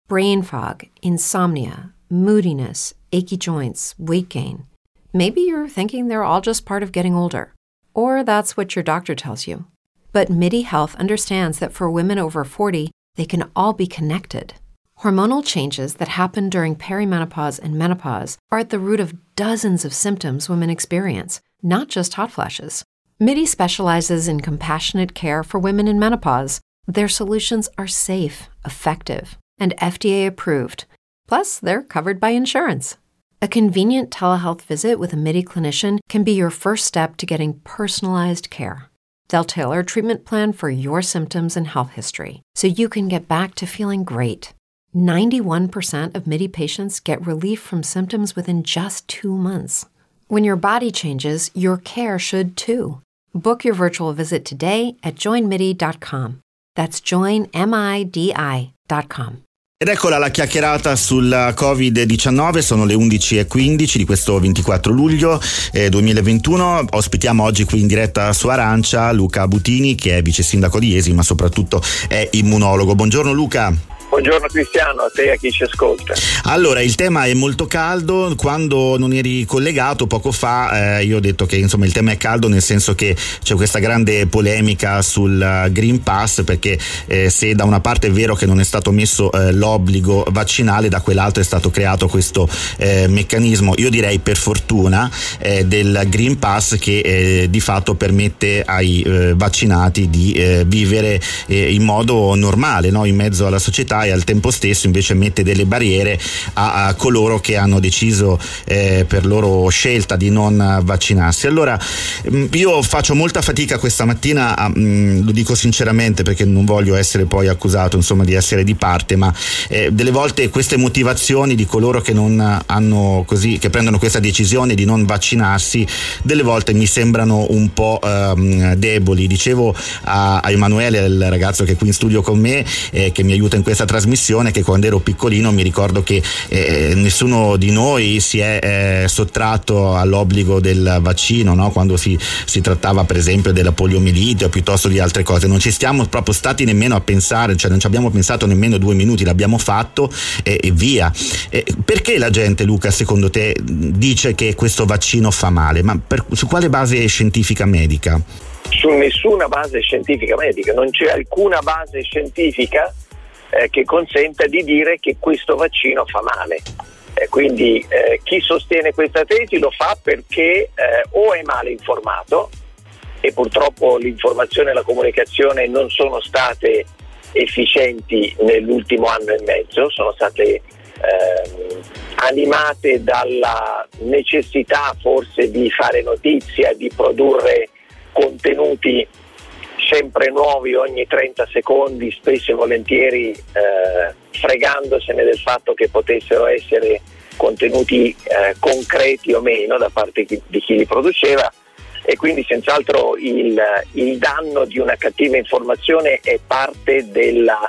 brain fog, insomnia, moodiness, achy joints, weight gain. Maybe you're thinking they're all just part of getting older, or that's what your doctor tells you. But MIDI Health understands that for women over 40, they can all be connected. Hormonal changes that happen during perimenopause and menopause are at the root of dozens of symptoms women experience, not just hot flashes. MIDI specializes in compassionate care for women in menopause. Their solutions are safe, effective, and FDA approved. Plus, they're covered by insurance. A convenient telehealth visit with a MIDI clinician can be your first step to getting personalized care. They'll tailor a treatment plan for your symptoms and health history, so you can get back to feeling great. 91% of MIDI patients get relief from symptoms within just 2 months. When your body changes, your care should too. Book your virtual visit today at joinmidi.com. That's joinmidi.com. Ed eccola la chiacchierata sul Covid-19, sono le 11:15 di questo 24 luglio 2021. Ospitiamo oggi qui in diretta su Arancia Luca Butini, che è vice sindaco di Jesi, ma soprattutto è immunologo. Buongiorno Luca. Buongiorno Cristiano, a te e a chi ci ascolta. Allora, il tema è molto caldo. Quando non eri collegato poco fa, io ho detto che insomma il tema è caldo, nel senso che c'è questa grande polemica sul Green Pass, perché se da una parte è vero che non è stato messo l'obbligo vaccinale, da quell'altro è stato creato questo meccanismo, io direi per fortuna, del Green Pass, che di fatto permette ai vaccinati di vivere in modo normale, no? In mezzo alla società, e al tempo stesso invece mette delle barriere a coloro che hanno deciso per loro scelta di non vaccinarsi. Allora io faccio molta fatica questa mattina, lo dico sinceramente perché non voglio essere poi accusato insomma di essere di parte, ma delle volte queste motivazioni di coloro che non hanno così, che prendono questa decisione di non vaccinarsi, delle volte mi sembrano un po' deboli. Dicevo a Emanuele, il ragazzo che è qui in studio con me, che mi aiuta in questa trasmissione, che quando ero piccolino mi ricordo che nessuno di noi si è sottratto all'obbligo del vaccino, no? Quando si trattava per esempio della poliomielite o piuttosto di altre cose. Non ci stiamo proprio stati nemmeno a pensare, cioè non ci abbiamo pensato nemmeno 2 minuti, l'abbiamo fatto e via. Perché la gente, Luca, secondo te dice che questo vaccino fa male? Ma su quale base scientifica medica? Su nessuna base scientifica medica, non c'è alcuna base scientifica che consenta di dire che questo vaccino fa male. Quindi chi sostiene questa tesi lo fa perché o è male informato, e purtroppo l'informazione e la comunicazione non sono state efficienti nell'ultimo anno e mezzo, sono state animate dalla necessità forse di fare notizia, di produrre contenuti sempre nuovi ogni 30 secondi, spesso e volentieri fregandosene del fatto che potessero essere contenuti concreti o meno da parte di chi li produceva, e quindi senz'altro il danno di una cattiva informazione è parte della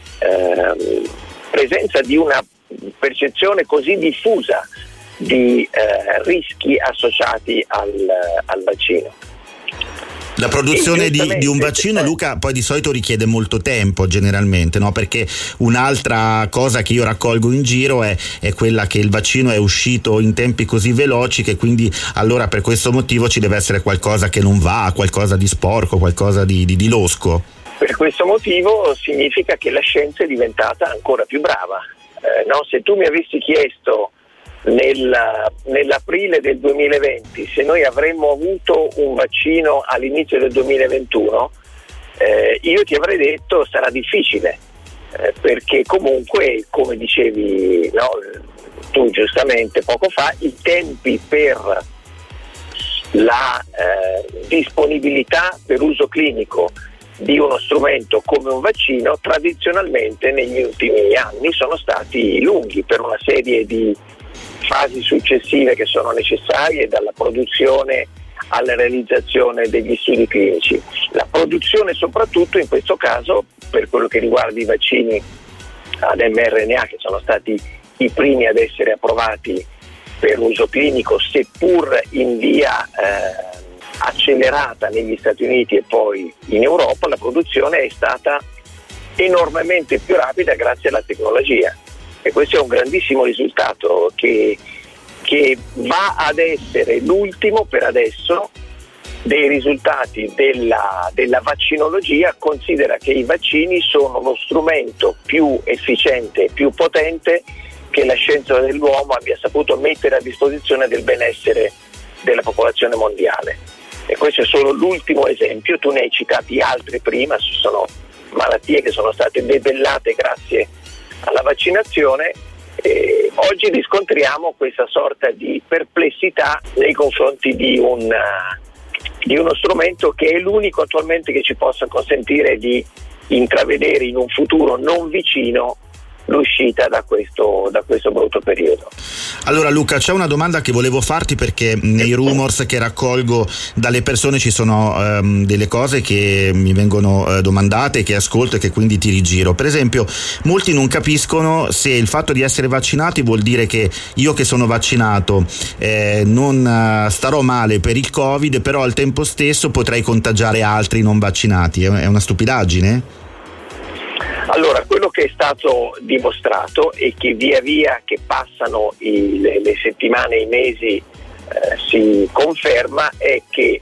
presenza di una percezione così diffusa di rischi associati al vaccino. La produzione di un vaccino, Luca, poi di solito richiede molto tempo generalmente, no? Perché un'altra cosa che io raccolgo in giro è quella che il vaccino è uscito in tempi così veloci che quindi allora per questo motivo ci deve essere qualcosa che non va, qualcosa di sporco, qualcosa di losco. Per questo motivo significa che la scienza è diventata ancora più brava. No? Se tu mi avessi chiesto nell'aprile del 2020 se noi avremmo avuto un vaccino all'inizio del 2021, io ti avrei detto sarà difficile, perché comunque, come dicevi tu giustamente poco fa, i tempi per la disponibilità per uso clinico di uno strumento come un vaccino tradizionalmente negli ultimi anni sono stati lunghi, per una serie di fasi successive che sono necessarie, dalla produzione alla realizzazione degli studi clinici. La produzione soprattutto in questo caso, per quello che riguarda i vaccini ad mRNA, che sono stati i primi ad essere approvati per uso clinico, seppur in via accelerata negli Stati Uniti e poi in Europa, la produzione è stata enormemente più rapida grazie alla tecnologia, e questo è un grandissimo risultato che va ad essere l'ultimo per adesso dei risultati della vaccinologia. Considera che i vaccini sono lo strumento più efficiente e più potente che la scienza dell'uomo abbia saputo mettere a disposizione del benessere della popolazione mondiale, e questo è solo l'ultimo esempio. Tu ne hai citati altri prima, sono malattie che sono state debellate grazie alla vaccinazione. E oggi riscontriamo questa sorta di perplessità nei confronti di uno strumento che è l'unico attualmente che ci possa consentire di intravedere in un futuro non vicino l'uscita da questo brutto periodo. Allora Luca, c'è una domanda che volevo farti, perché nei rumors che raccolgo dalle persone ci sono delle cose che mi vengono domandate, che ascolto e che quindi ti rigiro. Per esempio, molti non capiscono se il fatto di essere vaccinati vuol dire che io che sono vaccinato non starò male per il Covid, però al tempo stesso potrei contagiare altri non vaccinati. È una stupidaggine? Allora, quello che è stato dimostrato e che via via che passano le settimane e i mesi si conferma è che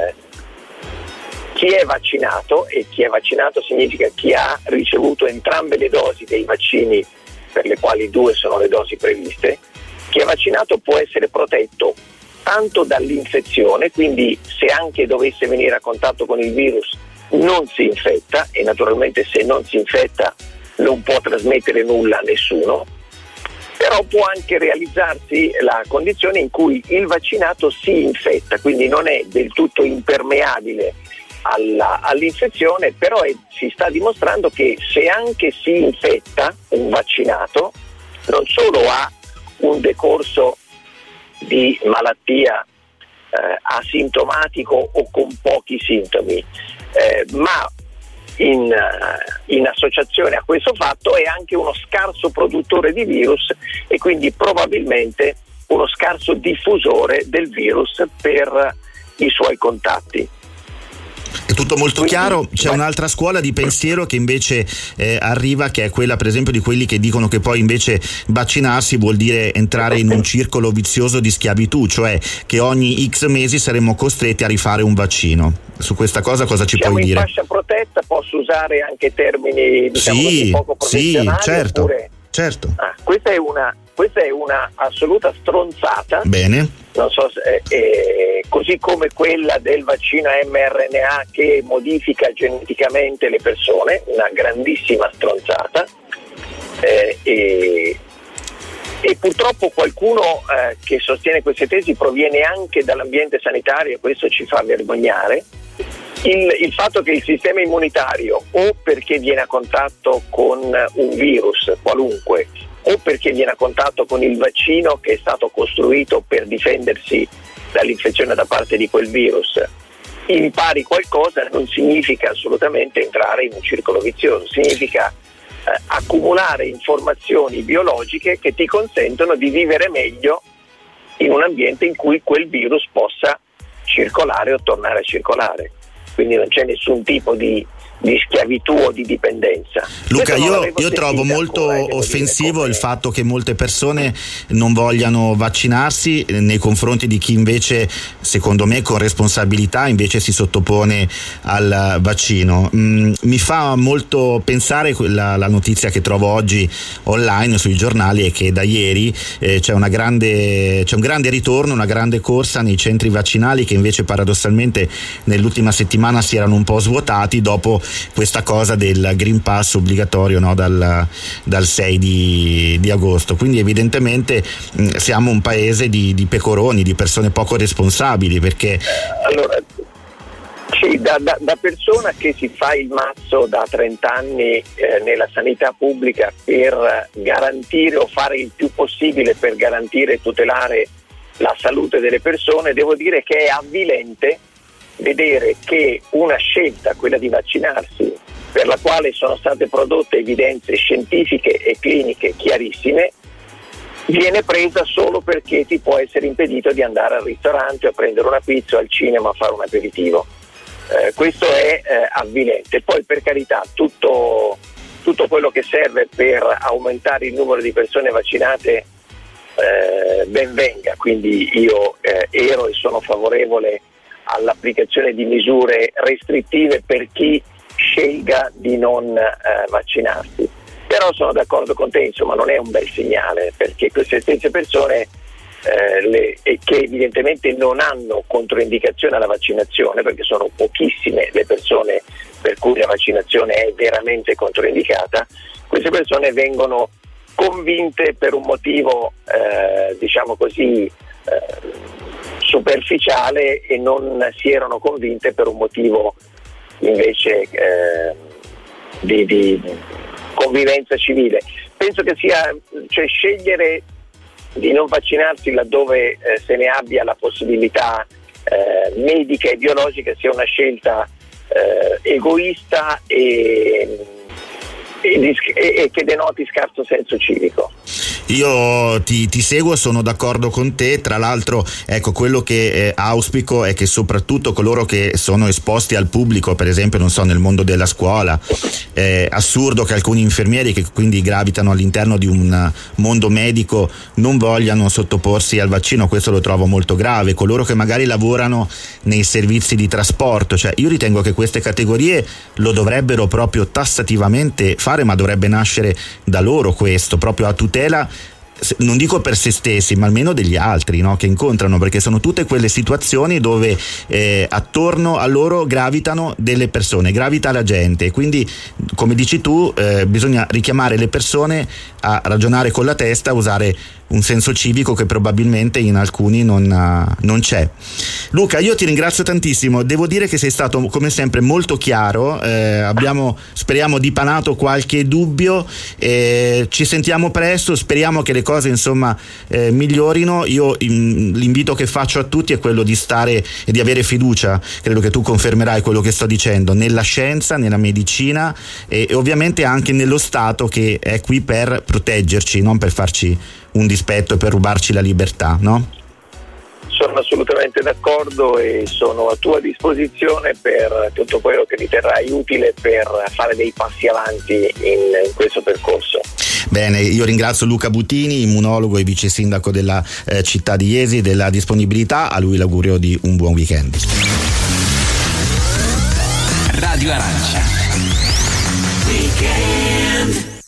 chi è vaccinato, e chi è vaccinato significa chi ha ricevuto entrambe le dosi dei vaccini, per le quali 2 sono le dosi previste, chi è vaccinato può essere protetto tanto dall'infezione, quindi se anche dovesse venire a contatto con il virus non si infetta, e naturalmente se non si infetta non può trasmettere nulla a nessuno, però può anche realizzarsi la condizione in cui il vaccinato si infetta, quindi non è del tutto impermeabile all'infezione, però si sta dimostrando che se anche si infetta un vaccinato, non solo ha un decorso di malattia asintomatico o con pochi sintomi, ma in associazione a questo fatto è anche uno scarso produttore di virus, e quindi probabilmente uno scarso diffusore del virus per i suoi contatti. È tutto molto chiaro. C'è un'altra scuola di pensiero che invece arriva, che è quella per esempio di quelli che dicono che poi invece vaccinarsi vuol dire entrare in un circolo vizioso di schiavitù, cioè che ogni X mesi saremmo costretti a rifare un vaccino. Su questa cosa ci puoi dire? Siamo in fascia protetta, posso usare anche termini così, poco professionali? Sì, certo, oppure... certo. Questa è una assoluta stronzata. Bene. Non so se, così come quella del vaccino mRNA che modifica geneticamente le persone, una grandissima stronzata, e purtroppo qualcuno che sostiene queste tesi proviene anche dall'ambiente sanitario, e questo ci fa vergognare. Il fatto che il sistema immunitario, o perché viene a contatto con un virus qualunque, o perché viene a contatto con il vaccino che è stato costruito per difendersi dall'infezione da parte di quel virus, impari qualcosa, non significa assolutamente entrare in un circolo vizioso, significa accumulare informazioni biologiche che ti consentono di vivere meglio in un ambiente in cui quel virus possa circolare o tornare a circolare. Quindi non c'è nessun tipo di schiavitù o di dipendenza. Luca, io trovo molto offensivo il fatto che molte persone non vogliano vaccinarsi nei confronti di chi invece, secondo me con responsabilità, invece si sottopone al vaccino. Mi fa molto pensare la notizia che trovo oggi online sui giornali, è che da ieri c'è un grande ritorno, una grande corsa nei centri vaccinali, che invece paradossalmente nell'ultima settimana si erano un po' svuotati dopo questa cosa del Green Pass obbligatorio, no? dal 6 di agosto. Quindi evidentemente siamo un paese di pecoroni, di persone poco responsabili, perché allora sì, da persona che si fa il mazzo da 30 anni nella sanità pubblica per garantire o fare il più possibile per garantire e tutelare la salute delle persone, devo dire che è avvilente vedere che una scelta, quella di vaccinarsi, per la quale sono state prodotte evidenze scientifiche e cliniche chiarissime, viene presa solo perché ti può essere impedito di andare al ristorante o a prendere una pizza o al cinema a fare un aperitivo. Questo è avvilente. Poi, per carità, tutto tutto quello che serve per aumentare il numero di persone vaccinate ben venga, quindi io ero e sono favorevole all'applicazione di misure restrittive per chi scelga di non vaccinarsi. Però sono d'accordo con te, insomma non è un bel segnale, perché queste stesse persone che evidentemente non hanno controindicazione alla vaccinazione, perché sono pochissime le persone per cui la vaccinazione è veramente controindicata, queste persone vengono convinte per un motivo diciamo così superficiale e non si erano convinte per un motivo invece di convivenza civile. Penso che sia, cioè, scegliere di non vaccinarsi laddove se ne abbia la possibilità medica e biologica sia una scelta egoista e che denoti scarso senso civico. Io ti seguo, sono d'accordo con te. Tra l'altro, ecco, quello che auspico è che soprattutto coloro che sono esposti al pubblico, per esempio, non so, nel mondo della scuola, è assurdo che alcuni infermieri che quindi gravitano all'interno di un mondo medico non vogliano sottoporsi al vaccino. Questo lo trovo molto grave. Coloro che magari lavorano nei servizi di trasporto, cioè io ritengo che queste categorie lo dovrebbero proprio tassativamente fare, ma dovrebbe nascere da loro questo, proprio a tutela, non dico per se stessi, ma almeno degli altri, no? Che incontrano, perché sono tutte quelle situazioni dove attorno a loro gravitano delle persone, gravita la gente, e quindi, come dici tu, bisogna richiamare le persone a ragionare con la testa, a usare un senso civico che probabilmente in alcuni non c'è. Luca, io ti ringrazio tantissimo, devo dire che sei stato come sempre molto chiaro, abbiamo, speriamo, dipanato qualche dubbio, ci sentiamo presto, speriamo che le cose insomma migliorino. Io l'invito che faccio a tutti è quello di stare e di avere fiducia, credo che tu confermerai quello che sto dicendo, nella scienza, nella medicina e ovviamente anche nello Stato, che è qui per proteggerci, non per farci un dispetto e per rubarci la libertà, no? Sono assolutamente d'accordo e sono a tua disposizione per tutto quello che riterrai utile per fare dei passi avanti in questo percorso. Bene, io ringrazio Luca Butini, immunologo e vice sindaco della città di Jesi, della disponibilità. A lui l'augurio di un buon weekend. Radio Arancia. Weekend.